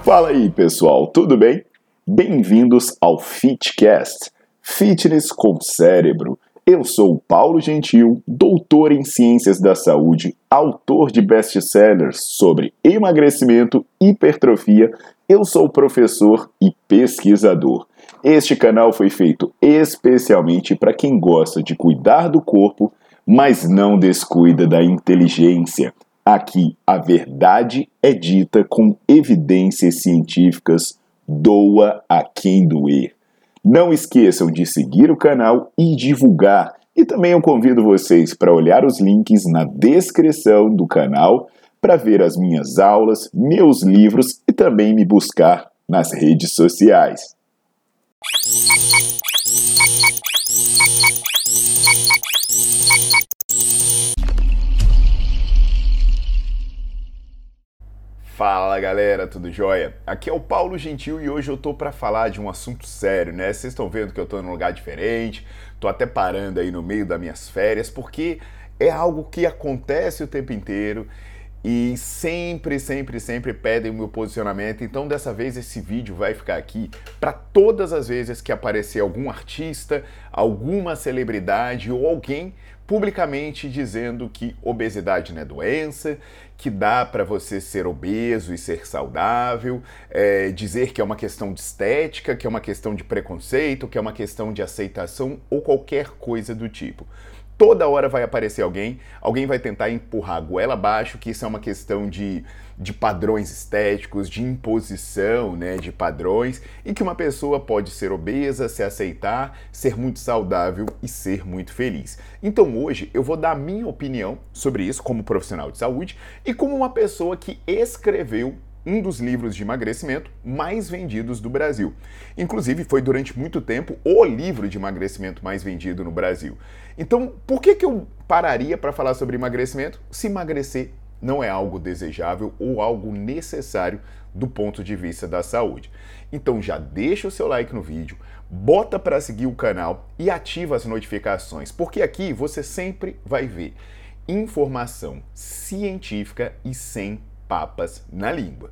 Fala aí, pessoal, tudo bem? Bem-vindos ao Fitcast, Fitness com Cérebro. Eu sou o Paulo Gentil, doutor em Ciências da Saúde, autor de best-sellers sobre emagrecimento, hipertrofia. Eu sou professor e pesquisador. Este canal foi feito especialmente para quem gosta de cuidar do corpo, mas não descuida da inteligência. Aqui, a verdade é dita com evidências científicas, doa a quem doer. Não esqueçam de seguir o canal e divulgar. E também eu convido vocês para olhar os links na descrição do canal para ver as minhas aulas, meus livros e também me buscar nas redes sociais. Fala galera, tudo jóia? Aqui é o Paulo Gentil e hoje eu tô para falar de um assunto sério, né? Vocês estão vendo que eu tô num lugar diferente, tô até parando aí no meio das minhas férias, porque é algo que acontece o tempo inteiro e sempre pedem o meu posicionamento. Então dessa vez esse vídeo vai ficar aqui para todas as vezes que aparecer algum artista, alguma celebridade ou alguém publicamente dizendo que obesidade não é doença, que dá para você ser obeso e ser saudável, dizer que é uma questão de estética, que é uma questão de preconceito, que é uma questão de aceitação ou qualquer coisa do tipo. Toda hora vai aparecer alguém vai tentar empurrar a goela abaixo, que isso é uma questão de padrões estéticos, de imposição, né, de padrões, e que uma pessoa pode ser obesa, se aceitar, ser muito saudável e ser muito feliz. Então hoje eu vou dar a minha opinião sobre isso como profissional de saúde e como uma pessoa que escreveu um dos livros de emagrecimento mais vendidos do Brasil. Inclusive, foi durante muito tempo o livro de emagrecimento mais vendido no Brasil. Então, por que eu pararia para falar sobre emagrecimento se emagrecer não é algo desejável ou algo necessário do ponto de vista da saúde? Então, já deixa o seu like no vídeo, bota para seguir o canal e ativa as notificações, porque aqui você sempre vai ver informação científica e sem papas na língua.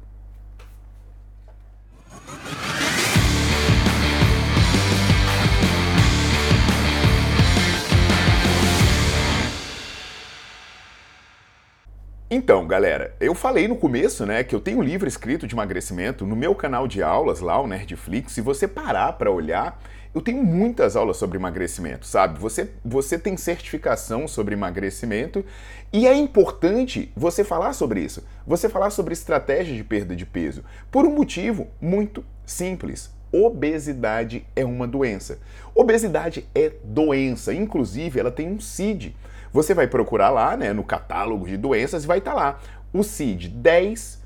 Então, galera, eu falei no começo, né, que eu tenho um livro escrito de emagrecimento no meu canal de aulas lá, o Nerdflix. Se você parar para olhar, eu tenho muitas aulas sobre emagrecimento, sabe? Você tem certificação sobre emagrecimento e é importante você falar sobre isso. Você falar sobre estratégia de perda de peso por um motivo muito simples. Obesidade é uma doença. Obesidade é doença, inclusive ela tem um CID. Você vai procurar lá, né, no catálogo de doenças e vai estar lá. O CID 10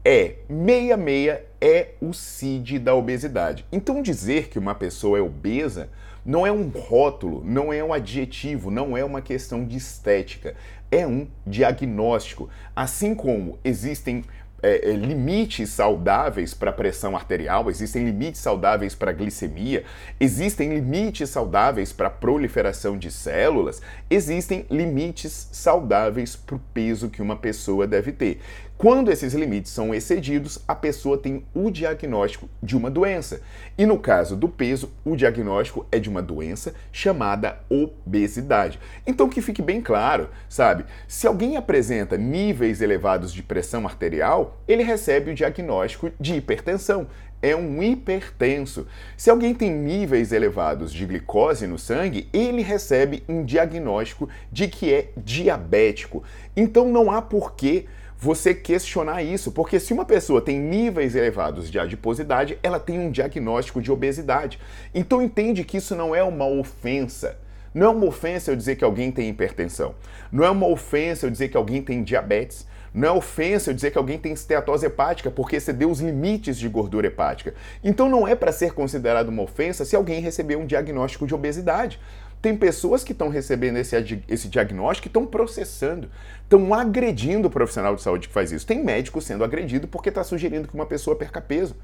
66 é o CID da obesidade. Então dizer que uma pessoa é obesa não é um rótulo, não é um adjetivo, não é uma questão de estética. É um diagnóstico. Assim como existem limites saudáveis para pressão arterial, existem limites saudáveis para glicemia, existem limites saudáveis para proliferação de células, existem limites saudáveis para o peso que uma pessoa deve ter. Quando esses limites são excedidos, a pessoa tem o diagnóstico de uma doença. E no caso do peso, o diagnóstico é de uma doença chamada obesidade. Então que fique bem claro, sabe? Se alguém apresenta níveis elevados de pressão arterial, ele recebe o diagnóstico de hipertensão. É um hipertenso. Se alguém tem níveis elevados de glicose no sangue, ele recebe um diagnóstico de que é diabético. Então não há porquê você questionar isso, porque se uma pessoa tem níveis elevados de adiposidade, ela tem um diagnóstico de obesidade. Então entende que isso não é uma ofensa. Não é uma ofensa eu dizer que alguém tem hipertensão. Não é uma ofensa eu dizer que alguém tem diabetes. Não é ofensa eu dizer que alguém tem esteatose hepática, porque excedeu os limites de gordura hepática. Então não é para ser considerado uma ofensa se alguém receber um diagnóstico de obesidade. Tem pessoas que estão recebendo esse diagnóstico e estão processando, estão agredindo o profissional de saúde que faz isso. Tem médico sendo agredido porque está sugerindo que uma pessoa perca peso.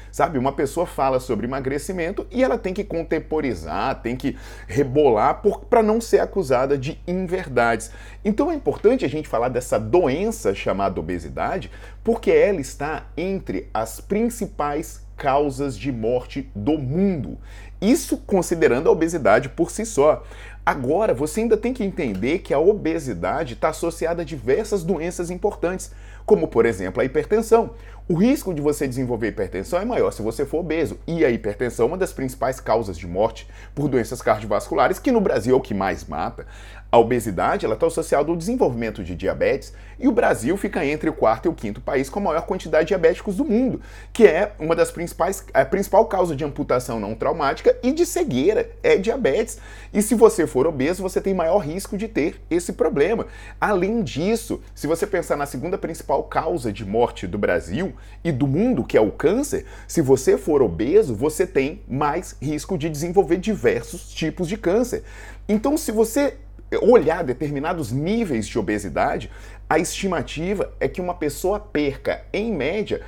sabe? Uma pessoa fala sobre emagrecimento e ela tem que contemporizar, tem que rebolar para não ser acusada de inverdades. Então é importante a gente falar dessa doença chamada obesidade, porque ela está entre as principais causas de morte do mundo. Isso considerando a obesidade por si só. Agora, você ainda tem que entender que a obesidade está associada a diversas doenças importantes, como, por exemplo, a hipertensão. O risco de você desenvolver hipertensão é maior se você for obeso, e a hipertensão é uma das principais causas de morte por doenças cardiovasculares, que no Brasil é o que mais mata. A obesidade está associada ao desenvolvimento de diabetes, e o Brasil fica entre o quarto e o quinto país com a maior quantidade de diabéticos do mundo, que é uma das a principal causa de amputação não traumática e de cegueira, é diabetes. E se você for obeso, você tem maior risco de ter esse problema. Além disso, se você pensar na segunda principal causa de morte do Brasil e do mundo, que é o câncer, se você for obeso, você tem mais risco de desenvolver diversos tipos de câncer. Então, se você olhar determinados níveis de obesidade, a estimativa é que uma pessoa perca, em média,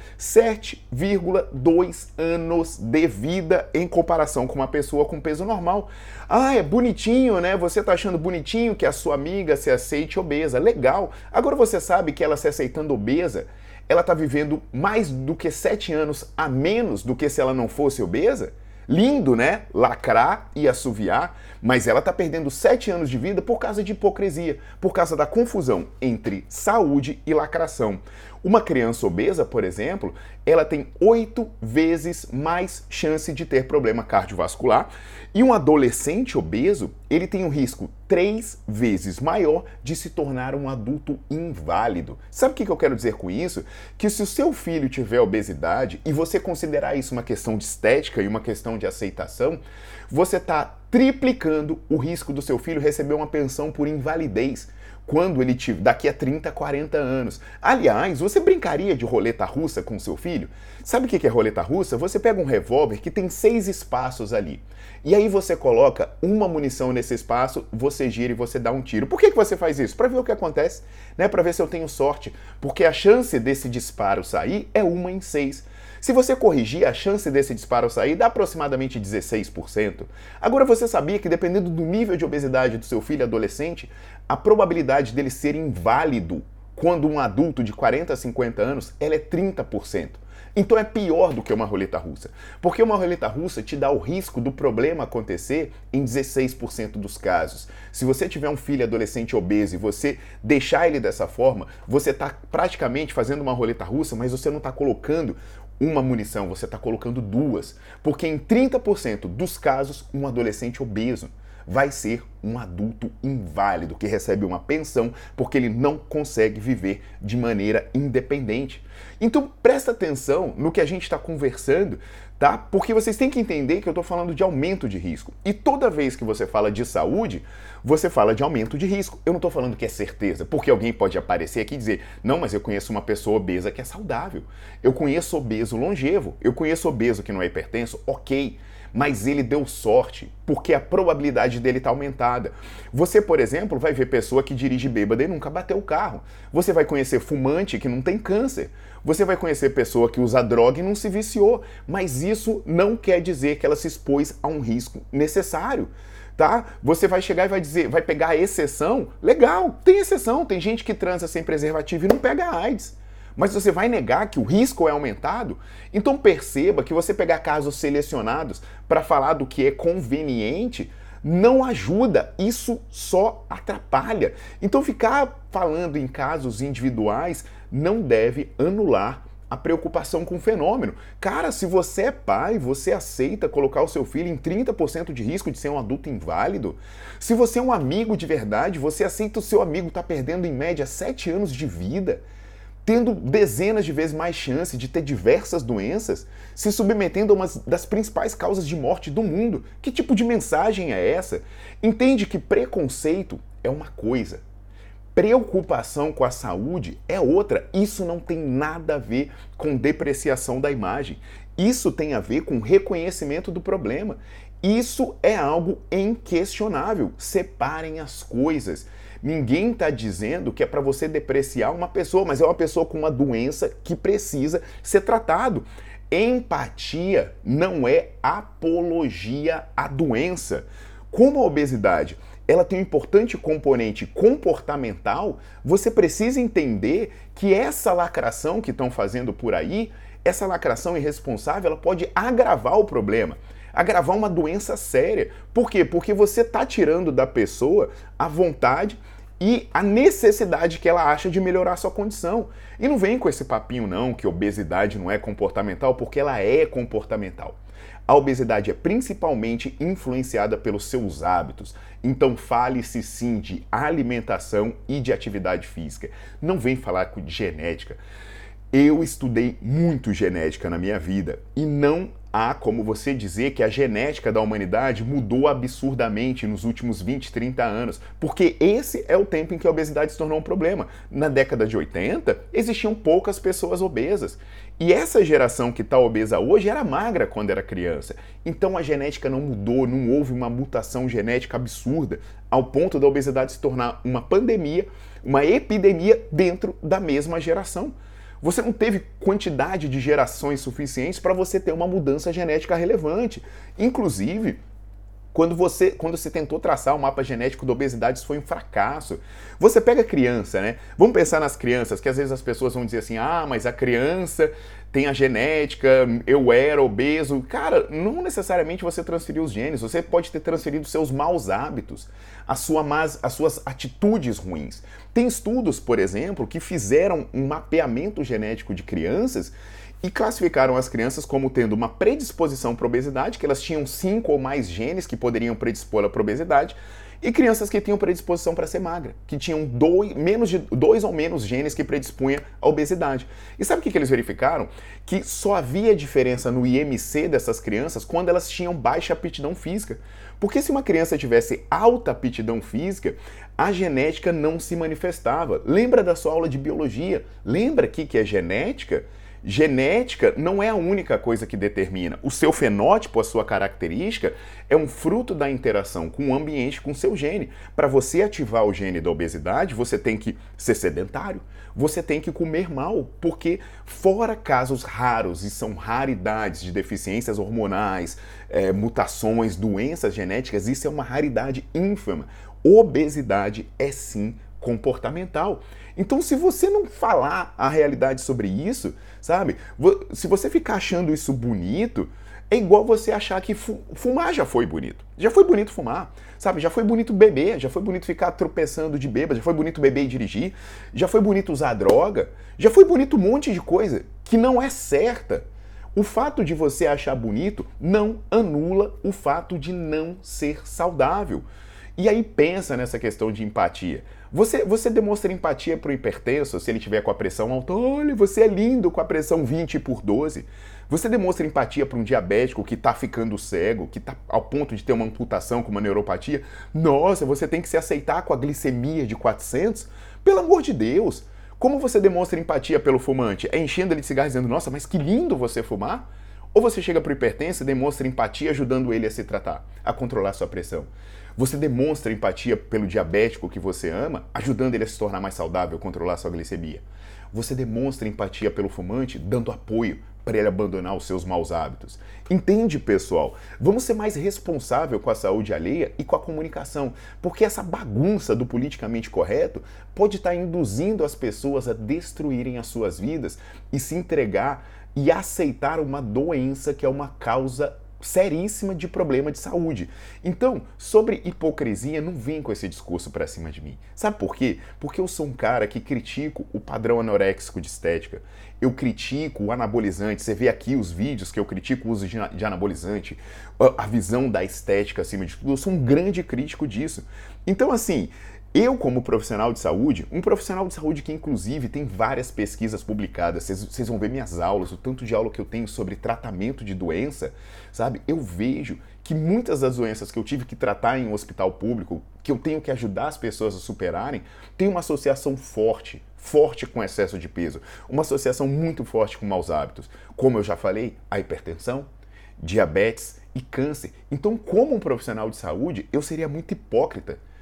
7,2 anos de vida em comparação com uma pessoa com peso normal. Ah, é bonitinho, né? Você tá achando bonitinho que a sua amiga se aceite obesa. Legal. Agora você sabe que ela se aceitando obesa, ela tá vivendo mais do que 7 anos a menos do que se ela não fosse obesa? Lindo, né? Lacrar e assoviar, mas ela está perdendo 7 anos de vida por causa de hipocrisia, por causa da confusão entre saúde e lacração. Uma criança obesa, por exemplo, ela tem 8 vezes mais chance de ter problema cardiovascular, e um adolescente obeso, ele tem um risco 3 vezes maior de se tornar um adulto inválido. Sabe o que eu quero dizer com isso? Que se o seu filho tiver obesidade e você considerar isso uma questão de estética e uma questão de aceitação, você está triplicando o risco do seu filho receber uma pensão por invalidez quando ele tiver daqui a 30, 40 anos. Aliás, você brincaria de roleta russa com seu filho? Sabe o que é roleta russa? Você pega um revólver que tem 6 espaços ali. E aí você coloca uma munição nesse espaço, você gira e você dá um tiro. Por que você faz isso? Para ver o que acontece, né? Para ver se eu tenho sorte. Porque a chance desse disparo sair é 1 em 6. Se você corrigir, a chance desse disparo sair dá aproximadamente 16%. Agora, você sabia que dependendo do nível de obesidade do seu filho adolescente, a probabilidade dele ser inválido quando um adulto de 40 a 50 anos, ela é 30%. Então é pior do que uma roleta russa, porque uma roleta russa te dá o risco do problema acontecer em 16% dos casos. Se você tiver um filho adolescente obeso e você deixar ele dessa forma, você está praticamente fazendo uma roleta russa, mas você não está colocando uma munição, você está colocando 2, porque em 30% dos casos, um adolescente obeso vai ser um adulto inválido que recebe uma pensão porque ele não consegue viver de maneira independente. Então presta atenção no que a gente está conversando, tá? Porque vocês têm que entender que eu estou falando de aumento de risco. E toda vez que você fala de saúde, você fala de aumento de risco. Eu não estou falando que é certeza, porque alguém pode aparecer aqui e dizer, não, mas eu conheço uma pessoa obesa que é saudável. Eu conheço obeso longevo. Eu conheço obeso que não é hipertenso. Ok. Mas ele deu sorte, porque a probabilidade dele está aumentada. Você, por exemplo, vai ver pessoa que dirige bêbada e nunca bateu o carro. Você vai conhecer fumante que não tem câncer. Você vai conhecer pessoa que usa droga e não se viciou. Mas isso não quer dizer que ela se expôs a um risco necessário. Tá? Você vai chegar e vai dizer, vai pegar a exceção? Legal, tem exceção. Tem gente que transa sem preservativo e não pega AIDS. Mas você vai negar que o risco é aumentado? Então perceba que você pegar casos selecionados para falar do que é conveniente não ajuda, isso só atrapalha. Então ficar falando em casos individuais não deve anular a preocupação com o fenômeno. Cara, se você é pai, você aceita colocar o seu filho em 30% de risco de ser um adulto inválido? Se você é um amigo de verdade, você aceita o seu amigo estar perdendo em média 7 anos de vida? Tendo dezenas de vezes mais chance de ter diversas doenças, se submetendo a uma das principais causas de morte do mundo. Que tipo de mensagem é essa? Entende que preconceito é uma coisa, preocupação com a saúde é outra. Isso não tem nada a ver com depreciação da imagem. Isso tem a ver com reconhecimento do problema. Isso é algo inquestionável. Separem as coisas. Ninguém está dizendo que é para você depreciar uma pessoa, mas é uma pessoa com uma doença que precisa ser tratado. Empatia não é apologia à doença. Como a obesidade ela tem um importante componente comportamental, você precisa entender que essa lacração que estão fazendo por aí, essa lacração irresponsável, ela pode agravar o problema, agravar uma doença séria. Por quê? Porque você está tirando da pessoa a vontade e a necessidade que ela acha de melhorar a sua condição. E não vem com esse papinho não, que obesidade não é comportamental, porque ela é comportamental. A obesidade é principalmente influenciada pelos seus hábitos. Então fale-se sim de alimentação e de atividade física. Não vem falar de genética. Eu estudei muito genética na minha vida e não há como você dizer que a genética da humanidade mudou absurdamente nos últimos 20, 30 anos, porque esse é o tempo em que a obesidade se tornou um problema. Na década de 80, existiam poucas pessoas obesas. E essa geração que está obesa hoje era magra quando era criança. Então a genética não mudou, não houve uma mutação genética absurda ao ponto da obesidade se tornar uma pandemia, uma epidemia dentro da mesma geração. Você não teve quantidade de gerações suficientes para você ter uma mudança genética relevante. Inclusive, quando você tentou traçar o mapa genético da obesidade, isso foi um fracasso. Você pega criança, né? Vamos pensar nas crianças, que às vezes as pessoas vão dizer assim, mas a criança tem a genética, eu era obeso. Cara, não necessariamente você transferiu os genes, você pode ter transferido seus maus hábitos, as suas atitudes ruins. Tem estudos, por exemplo, que fizeram um mapeamento genético de crianças e classificaram as crianças como tendo uma predisposição para obesidade, que elas tinham 5 ou mais genes que poderiam predispô-la para obesidade, e crianças que tinham predisposição para ser magra, que tinham dois ou menos genes que predispunham à obesidade. E sabe o que eles verificaram? Que só havia diferença no IMC dessas crianças quando elas tinham baixa aptidão física. Porque se uma criança tivesse alta aptidão física, a genética não se manifestava. Lembra da sua aula de biologia? Lembra aqui que é genética? Genética não é a única coisa que determina. O seu fenótipo, a sua característica, é um fruto da interação com o ambiente, com o seu gene. Para você ativar o gene da obesidade, você tem que ser sedentário, você tem que comer mal, porque fora casos raros, e são raridades de deficiências hormonais, mutações, doenças genéticas, isso é uma raridade ínfima. Obesidade é sim comportamental. Então, se você não falar a realidade sobre isso, sabe? Se você ficar achando isso bonito, é igual você achar que fumar já foi bonito. Já foi bonito fumar, sabe? Já foi bonito beber, já foi bonito ficar tropeçando de bêbado, já foi bonito beber e dirigir, já foi bonito usar droga, já foi bonito um monte de coisa que não é certa. O fato de você achar bonito não anula o fato de não ser saudável. E aí pensa nessa questão de empatia. Você demonstra empatia para o hipertenso se ele tiver com a pressão alta? Olha, você é lindo com a pressão 20/12. Você demonstra empatia para um diabético que está ficando cego, que está ao ponto de ter uma amputação com uma neuropatia? Nossa, você tem que se aceitar com a glicemia de 400? Pelo amor de Deus! Como você demonstra empatia pelo fumante? É enchendo ele de cigarro dizendo, nossa, mas que lindo você fumar? Ou você chega para o hipertenso e demonstra empatia ajudando ele a se tratar, a controlar sua pressão? Você demonstra empatia pelo diabético que você ama, ajudando ele a se tornar mais saudável, controlar sua glicemia. Você demonstra empatia pelo fumante, dando apoio para ele abandonar os seus maus hábitos. Entende, pessoal? Vamos ser mais responsável com a saúde alheia e com a comunicação, porque essa bagunça do politicamente correto pode estar induzindo as pessoas a destruírem as suas vidas e se entregar e aceitar uma doença que é uma causa seríssima de problema de saúde. Então, sobre hipocrisia, não vem com esse discurso pra cima de mim. Sabe por quê? Porque eu sou um cara que critico o padrão anoréxico de estética. Eu critico o anabolizante. Você vê aqui os vídeos que eu critico o uso de anabolizante, a visão da estética acima de tudo. Eu sou um grande crítico disso. Então, assim, eu, como profissional de saúde, um profissional de saúde que inclusive tem várias pesquisas publicadas, vocês vão ver minhas aulas, o tanto de aula que eu tenho sobre tratamento de doença, sabe? Eu vejo que muitas das doenças que eu tive que tratar em um hospital público, que eu tenho que ajudar as pessoas a superarem, tem uma associação forte com excesso de peso, uma associação muito forte com maus hábitos. Como eu já falei, a hipertensão, diabetes e câncer. Então, como um profissional de saúde, eu seria muito hipócrita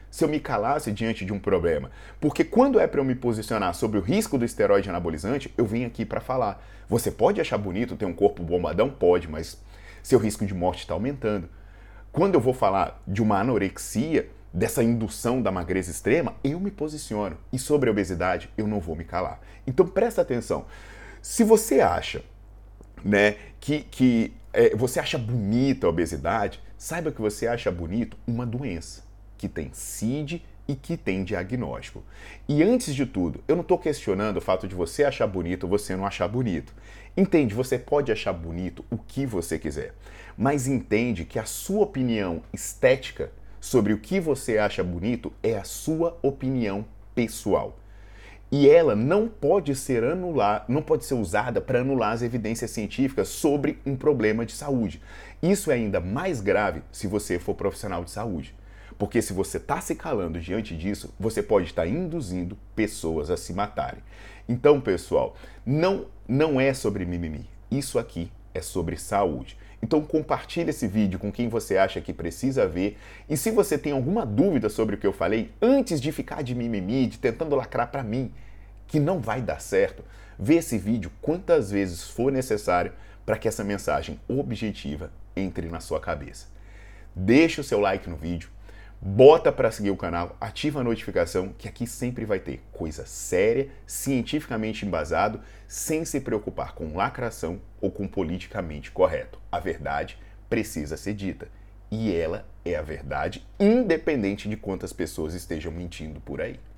se eu me calasse diante de um problema. Porque quando é para eu me posicionar sobre o risco do esteroide anabolizante, eu vim aqui para falar. Você pode achar bonito ter um corpo bombadão? Pode, mas seu risco de morte está aumentando. Quando eu vou falar de uma anorexia, dessa indução da magreza extrema, eu me posiciono. E sobre a obesidade, eu não vou me calar. Então presta atenção. Se você acha, né, que você acha bonita a obesidade, saiba que você acha bonito uma doença que tem CID e que tem diagnóstico. E antes de tudo, eu não estou questionando o fato de você achar bonito ou você não achar bonito. Entende? Você pode achar bonito o que você quiser, mas entende que a sua opinião estética sobre o que você acha bonito é a sua opinião pessoal. E ela não pode ser usada para anular as evidências científicas sobre um problema de saúde. Isso é ainda mais grave se você for profissional de saúde. Porque se você está se calando diante disso, você pode estar induzindo pessoas a se matarem. Então, pessoal, não é sobre mimimi. Isso aqui é sobre saúde. Então compartilhe esse vídeo com quem você acha que precisa ver. E se você tem alguma dúvida sobre o que eu falei, antes de ficar de mimimi, de tentando lacrar para mim, que não vai dar certo, vê esse vídeo quantas vezes for necessário para que essa mensagem objetiva entre na sua cabeça. Deixa o seu like no vídeo, bota para seguir o canal, ativa a notificação, que aqui sempre vai ter coisa séria, cientificamente embasado, sem se preocupar com lacração ou com politicamente correto. A verdade precisa ser dita. E ela é a verdade, independente de quantas pessoas estejam mentindo por aí.